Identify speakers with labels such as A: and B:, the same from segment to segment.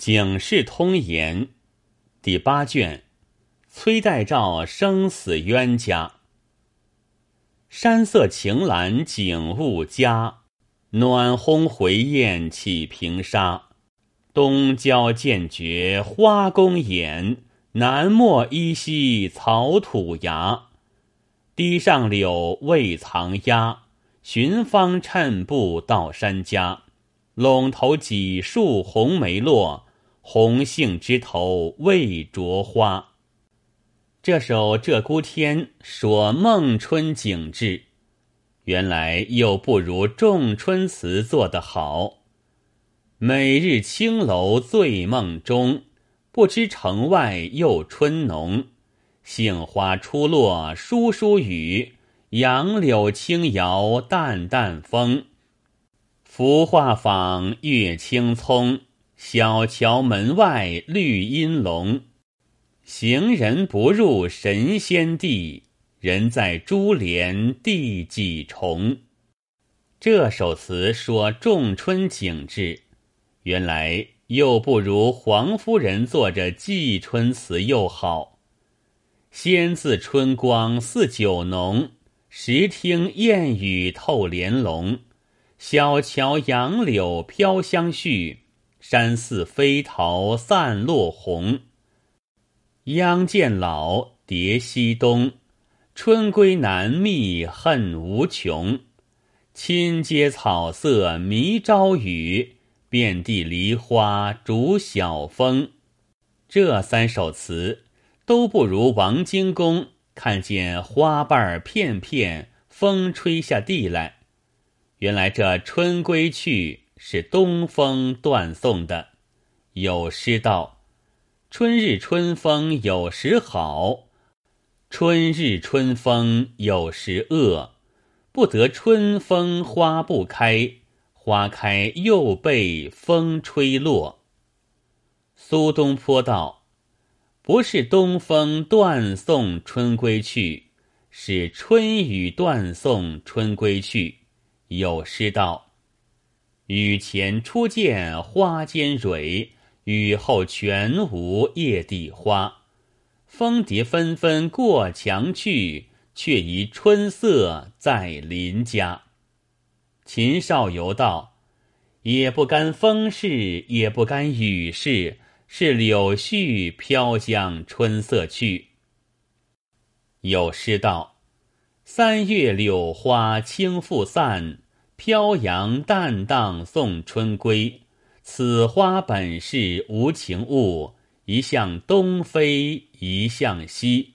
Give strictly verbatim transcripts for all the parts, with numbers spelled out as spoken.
A: 警世通言第八卷，崔代诏生死冤家。山色晴岚景物佳，暖烘回雁起平沙。东郊渐觉花宫掩，南陌依稀草土芽。堤上柳未藏鸦，寻芳趁步到山家。陇头几树红梅落，红杏枝头未着花。这首鹧鸪天说孟春景致，原来又不如仲春词做得好。每日青楼醉梦中，不知城外又春浓。杏花初落疏疏雨，杨柳轻摇淡淡风。服化坊月青葱，小桥门外绿阴笼。行人不入神仙地，人在珠帘第几重。这首词说仲春景致，原来又不如黄夫人作着季春词又好。先自春光似酒浓，时听燕语透帘笼。小桥杨柳飘香絮，山寺飞桃散落红。央见老，蝶西东，春归难觅恨无穷。亲阶草色迷朝雨，遍地梨花逐晓风。这三首词都不如王荆公看见花瓣片片，风吹下地来。原来这春归去是东风断送的。有诗道：春日春风有时好，春日春风有时恶。不得春风花不开，花开又被风吹落。苏东坡道：不是东风断送春归去，是春雨断送春归去。有诗道：雨前初见花间蕊，雨后全无叶底花。蜂蝶纷纷过墙去，却疑春色在邻家。秦少游道：也不干风势，也不干雨势，是柳絮飘将春色去。有诗道：三月柳花轻复散，飘扬淡荡送春归。此花本是无情物，一向东飞一向西。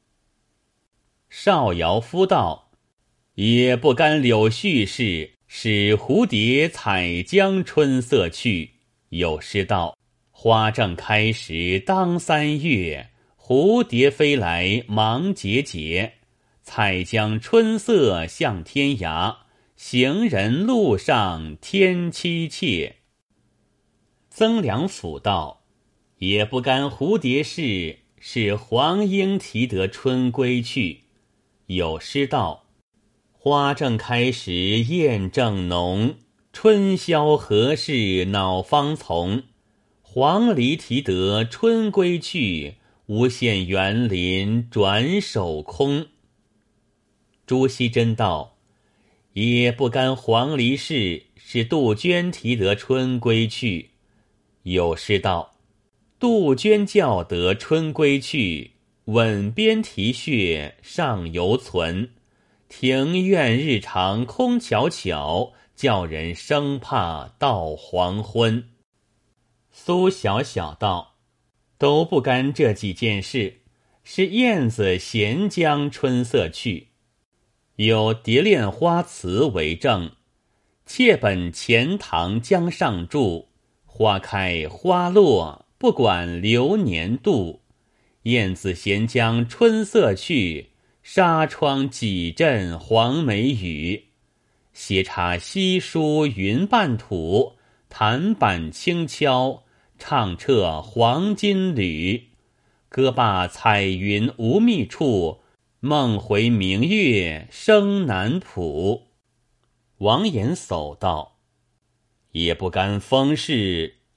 A: 邵尧夫道：也不干柳絮事，使蝴蝶采将春色去。有诗道：花正开时当三月，蝴蝶飞来忙节节。采将春色向天涯，行人路上添妻妾。曾良甫道：也不干蝴蝶事，是黄莺啼得春归去。有诗道：花正开时燕正浓，春宵何事恼芳丛。黄鹂啼得春归去，无限园林转手空。朱熹真道：也不干黄鹂事，是杜鹃啼得春归去。有诗道：杜鹃叫得春归去，吻边啼血尚犹存。庭院日长空悄悄，叫人生怕到黄昏。苏小小道：都不干这几件事，是燕子衔将春色去。有蝶恋花词为证：妾本钱塘江上住，花开花落不管流年度。燕子衔将春色去，纱窗几阵黄梅雨。斜插稀疏云半土，弹板轻敲唱彻黄金缕。歌罢彩云无觅处，梦回明月生南浦。王延叟道：也不干风势，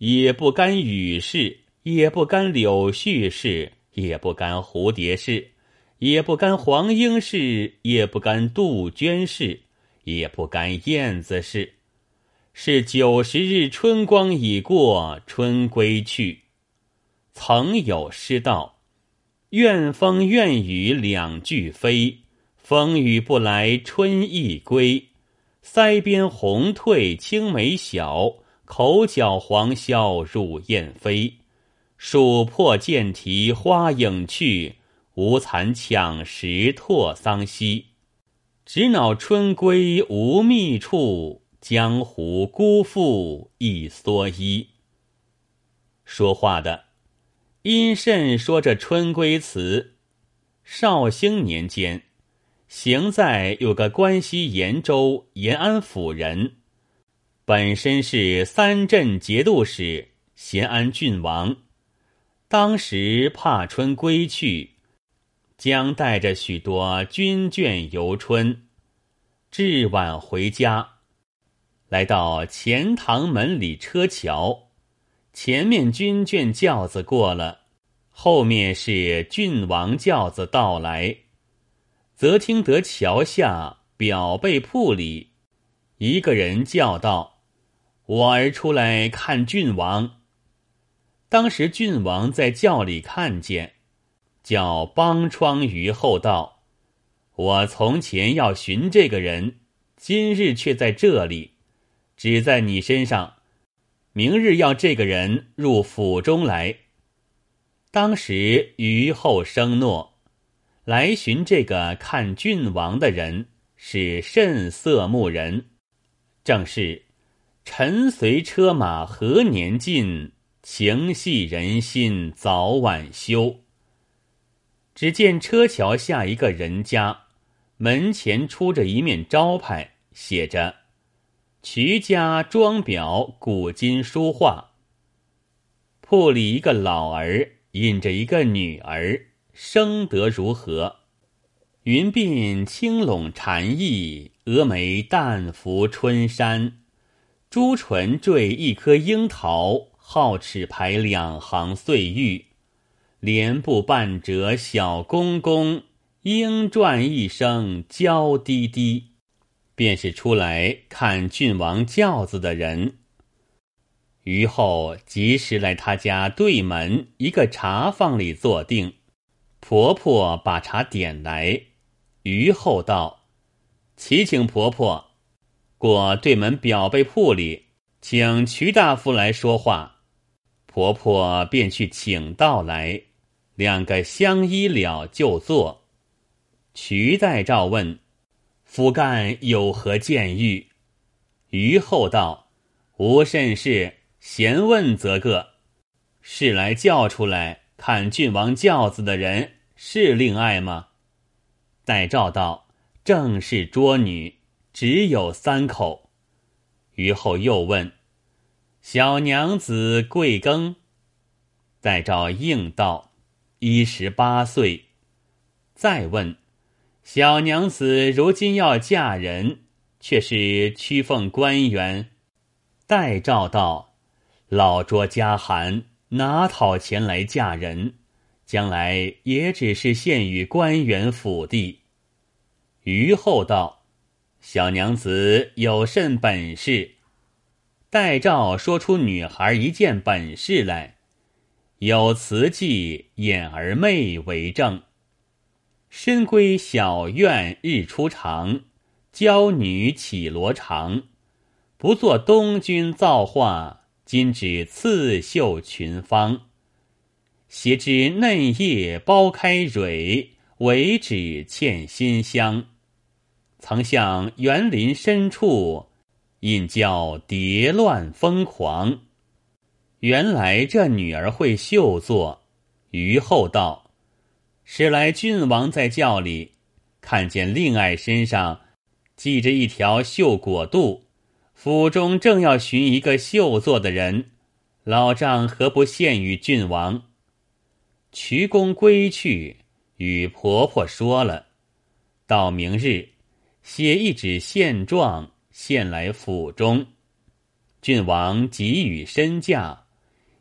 A: 也不干羽氏，也不干柳絮氏，也不干蝴蝶氏，也不干黄莺氏，也不干杜鹃氏，也不干燕子氏。是九十日春光已过，春归去。曾有诗道：怨风怨雨两俱飞，风雨不来春亦归。腮边红褪青眉小，口角黄销乳燕飞。树破箭啼花影去，无蚕抢食唾桑稀。直恼春归无觅处，江湖辜负一蓑衣。说话的因甚说这春归词？绍兴年间，邢在有个关西延州延安府人，本身是三镇节度使、咸安郡王。当时怕春归去，将带着许多军眷游春，至晚回家，来到钱塘门里车桥，前面军眷轿子过了，后面是郡王轿子到来，则听得桥下表背铺里一个人叫道：我儿出来看郡王。当时郡王在轿里看见，叫帮窗于后道：我从前要寻这个人，今日却在这里，只在你身上，明日要这个人入府中来。当时于后生诺，来寻这个看郡王的人是甚色目人，正是尘随车马何年尽，情系人心早晚休。只见车桥下一个人家，门前出着一面招牌，写着瞿家庄表古今书画。铺里一个老儿引着一个女儿，生得如何？云鬓轻拢蝉翼，蛾眉淡拂春山。朱唇缀一颗樱桃，皓齿排两行碎玉。莲步半折小公公，莺啭一声娇滴滴。便是出来看郡王轿子的人。于后及时来他家对门一个茶坊里坐定，婆婆把茶点来，于后道：祈请婆婆过对门表背铺里，请瞿大夫来说话。婆婆便去请到来，两个相依了就坐。瞿代诏问：府干有何见谕？于后道：无甚事，闲问则个。是来叫出来看郡王轿子的人是令爱吗？代诏道：正是捉女，只有三口。于后又问：小娘子贵庚？代诏应道：一十八岁。再问：小娘子如今要嫁人，却是屈奉官员。代诏道：老拙家寒，哪讨钱来嫁人？将来也只是献与官员府地。于后道：小娘子有甚本事？代诏说出女孩一件本事来，有词记眼儿媚为证。深闺小院日初长，娇女起罗裳。不做东君造化，今指刺绣群芳。斜枝嫩叶剥开蕊，唯指欠馨香。曾向园林深处，引教蝶乱疯狂。原来这女儿会绣作。于后道：是来郡王在轿里，看见令爱身上系着一条绣果肚，府中正要寻一个绣作的人，老丈何不献与郡王？瞿公归去，与婆婆说了，到明日写一纸现状，献来府中。郡王给予身价，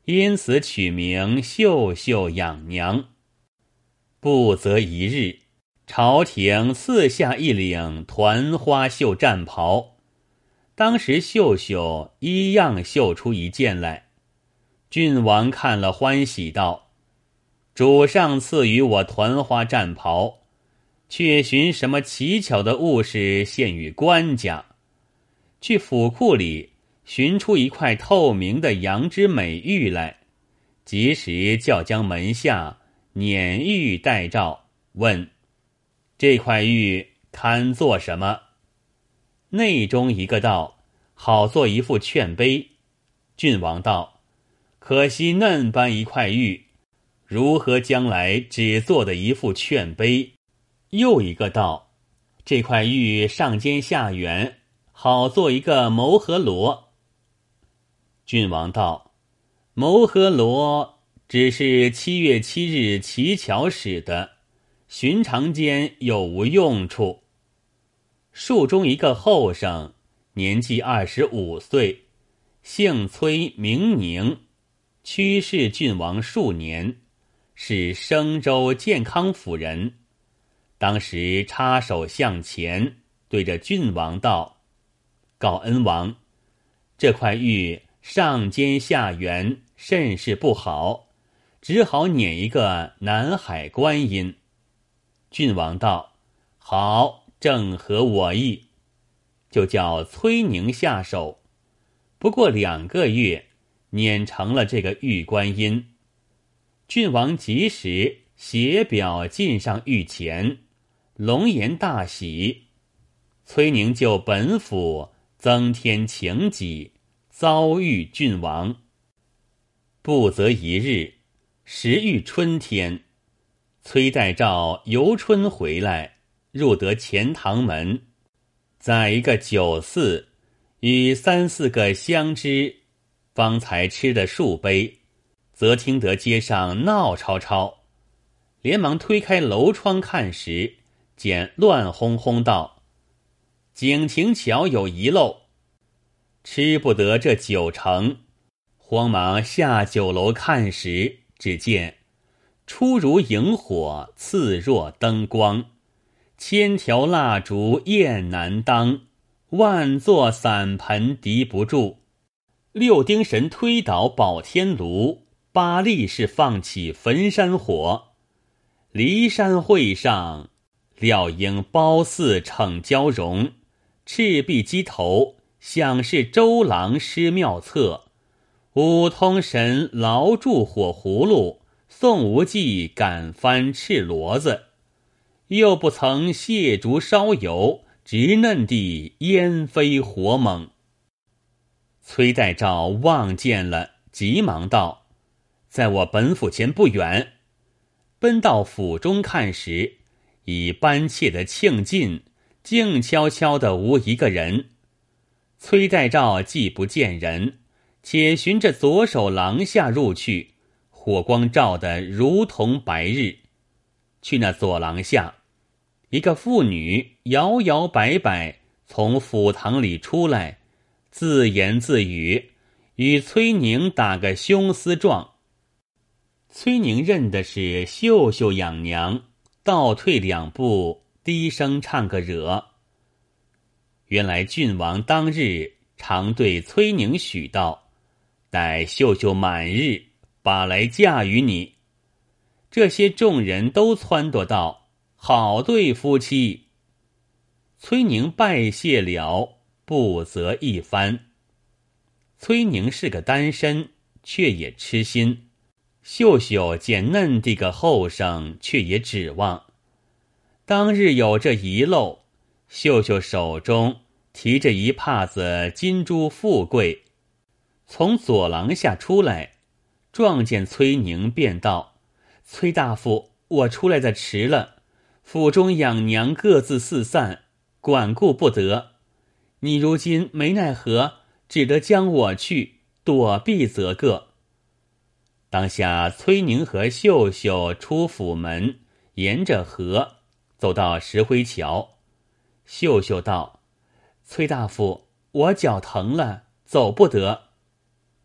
A: 因此取名秀秀养娘。不则一日，朝廷赐下一领团花绣战袍，当时秀秀一样绣出一件来。郡王看了欢喜道：主上赐予我团花战袍，却寻什么奇巧的物事献与官家。去府库里寻出一块透明的羊脂美玉来，及时叫将门下撵玉待诏，问这块玉堪做什么？内中一个道：好做一副劝碑。郡王道：可惜嫩般一块玉，如何将来只做的一副劝碑？又一个道：这块玉上尖下圆，好做一个谋和罗。郡王道：谋和罗只是七月七日乞巧使的，寻常间有无用处。树中一个后生，年纪二十五岁，姓崔名宁，屈侍郡王数年，是升州建康府人。当时插手向前，对着郡王道：告恩王，这块玉上尖下圆，甚是不好，只好撵一个南海观音。郡王道：好，正合我意，就叫崔宁下手。不过两个月，撵成了这个玉观音。郡王及时写表进上御前，龙颜大喜。崔宁就本府增添请己，遭遇郡王。不则一日，时遇春天，崔代诏游春回来，入得钱塘门，在一个酒肆与三四个相知，方才吃的数杯，则听得街上闹吵吵，连忙推开楼窗看时，见乱哄哄道：景亭桥有遗漏，吃不得这酒成。慌忙下酒楼看时，只见出如萤火，次若灯光，千条蜡烛焰难当，万座伞盆敌不住。六丁神推倒宝天炉，八力士放起焚山火。骊山会上，料应褒姒逞娇容，赤壁鸡头，想是周郎施妙策。五通神牢住火葫芦，宋无忌敢翻赤骡子，又不曾卸烛烧油，直嫩地烟飞火猛。崔代诏望见了，急忙道：在我本府前不远。奔到府中看时，已班切的庆尽，静悄悄的无一个人。崔代诏既不见人，且循着左手廊下入去，火光照得如同白日。去那左廊下，一个妇女摇摇摆摆从府堂里出来，自言自语，与崔宁打个凶私状。崔宁认的是秀秀养娘，倒退两步，低声唱个惹。原来郡王当日常对崔宁许道：待秀秀满日，把来嫁与你。这些众人都撺掇道：好对夫妻。崔宁拜谢了，不责一番。崔宁是个单身，却也痴心。秀秀见嫩地个后生，却也指望。当日有这遗漏，秀秀手中提着一帕子金珠富贵，从左廊下出来，撞见崔宁，便道：崔大夫，我出来的迟了，府中养娘各自四散，管顾不得。你如今没奈何，只得将我去，躲避则个。当下崔宁和秀秀出府门，沿着河走到石灰桥。秀秀道：崔大夫，我脚疼了，走不得。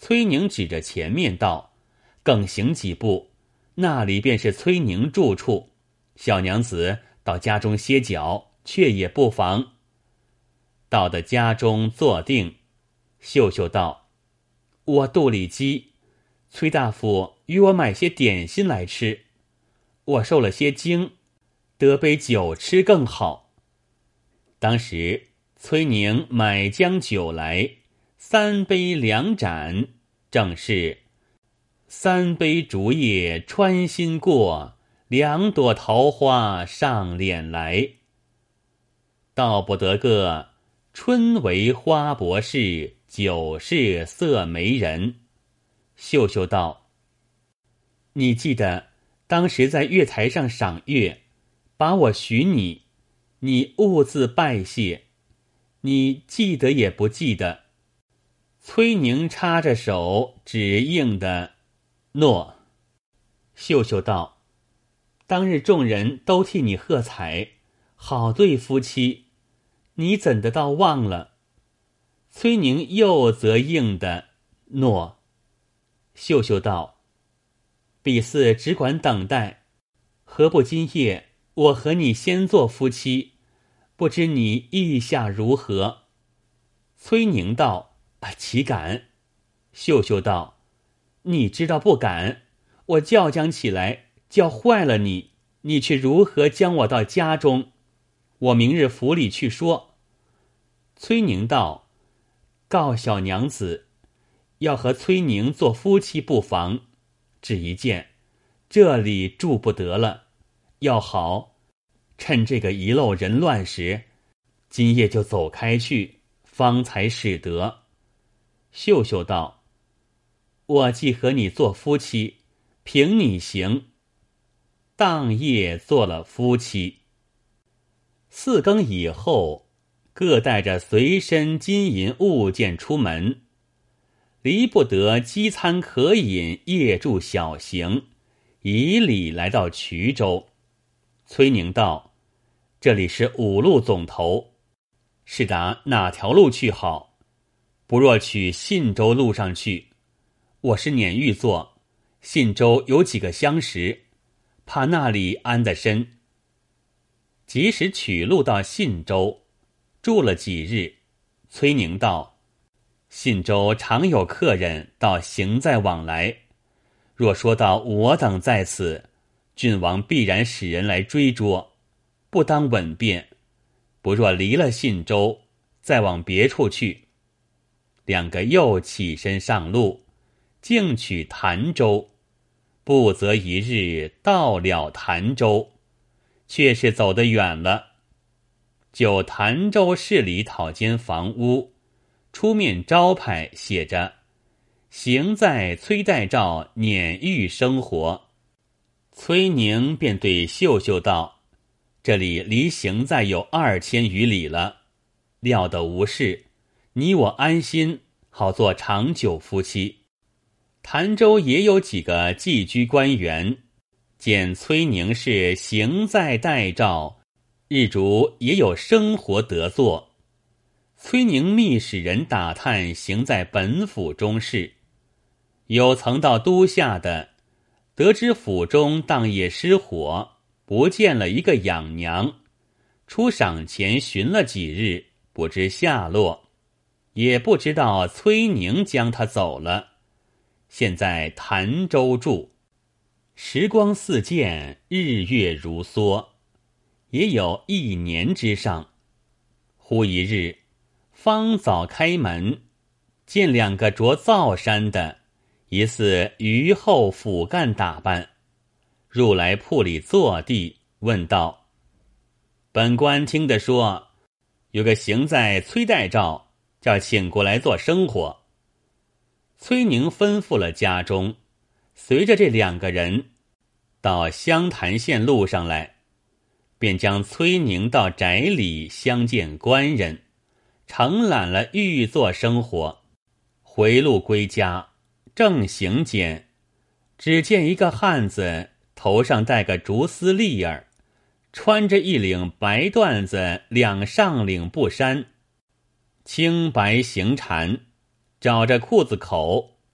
A: 崔宁指着前面道：“更行几步，那里便是崔宁住处。小娘子到家中歇脚，却也不妨。”到的家中坐定，秀秀道：“我肚里饥，崔大夫与我买些点心来吃。我受了些惊，得杯酒吃更好。”当时崔宁买将酒来，三杯两盏，正是三杯竹叶穿心过，两朵桃花上脸来。道不得个春为花博士，酒是色媒人。秀秀道：“你记得当时在月台上赏月，把我许你，你兀自拜谢，你记得也不记得？”崔宁插着手，只应的诺。秀秀道：“当日众人都替你喝彩，好对夫妻，你怎的倒忘了？”崔宁又则应的诺。秀秀道：“比似只管等待，何不今夜我和你先做夫妻？不知你意下如何？”崔宁道：“啊，岂敢！”秀秀道：“你知道不敢，我叫将起来，叫坏了你，你却如何将我到家中？我明日府里去说。”崔宁道：“告小娘子，要和崔宁做夫妻不妨，只一件，这里住不得了，要好，趁这个遗漏人乱时，今夜就走开去，方才使得。”秀秀道：“我既和你做夫妻，凭你行。”当夜做了夫妻。四更以后，各带着随身金银物件出门，离不得饥餐可饮，夜住小行，以礼来到衢州。崔宁道：“这里是五路总头，是打哪条路去好？不若取信州路上去。我是撵玉座，信州有几个相识，怕那里安得身。”即使取路到信州，住了几日。崔宁道：“信州常有客人到行在往来，若说到我等在此，郡王必然使人来追捉，不当稳便。不若离了信州，再往别处去。”两个又起身上路，径取潭州，不则一日到了潭州，却是走得远了。就潭州市里讨间房屋，出面招牌写着“行在崔代照撵玉生活”。崔宁便对秀秀道：“这里离行在有二千余里了，料得无事，你我安心，好做长久夫妻。”潭州也有几个寄居官员，见崔宁是行在代照，日逐也有生活得做。崔宁密使人打探行在本府中事，有曾到都下的，得知府中当夜失火，不见了一个养娘，出赏前寻了几日，不知下落，也不知道崔宁将他走了，现在潭州住。时光似箭，日月如梭，也有一年之上。忽一日，方早开门，见两个着皂衫的，疑似虞后府干打扮，入来铺里坐地，问道：“本官听得说，有个行在崔代照，叫请过来做生活。”崔宁吩咐了家中，随着这两个人到湘潭县路上来，便将崔宁到宅里相见官人，承揽了御座生活。回路归家，正行间，只见一个汉子头上戴个竹丝笠儿，穿着一领白缎子两上领布衫，青白行缠，找着裤子口，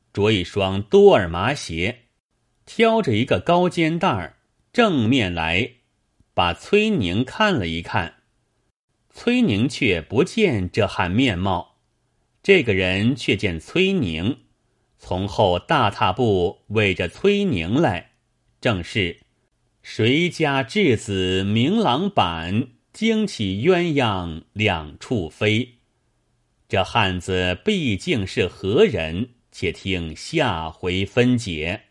A: 着一双多尔麻鞋，挑着一个高肩带儿，正面来，把崔宁看了一看。崔宁却不见这汉面貌，这个人却见崔宁，从后大踏步围着崔宁来，正是谁家稚子明郎板，惊起鸳鸯两处飞。这汉子毕竟是何人？且听下回分解。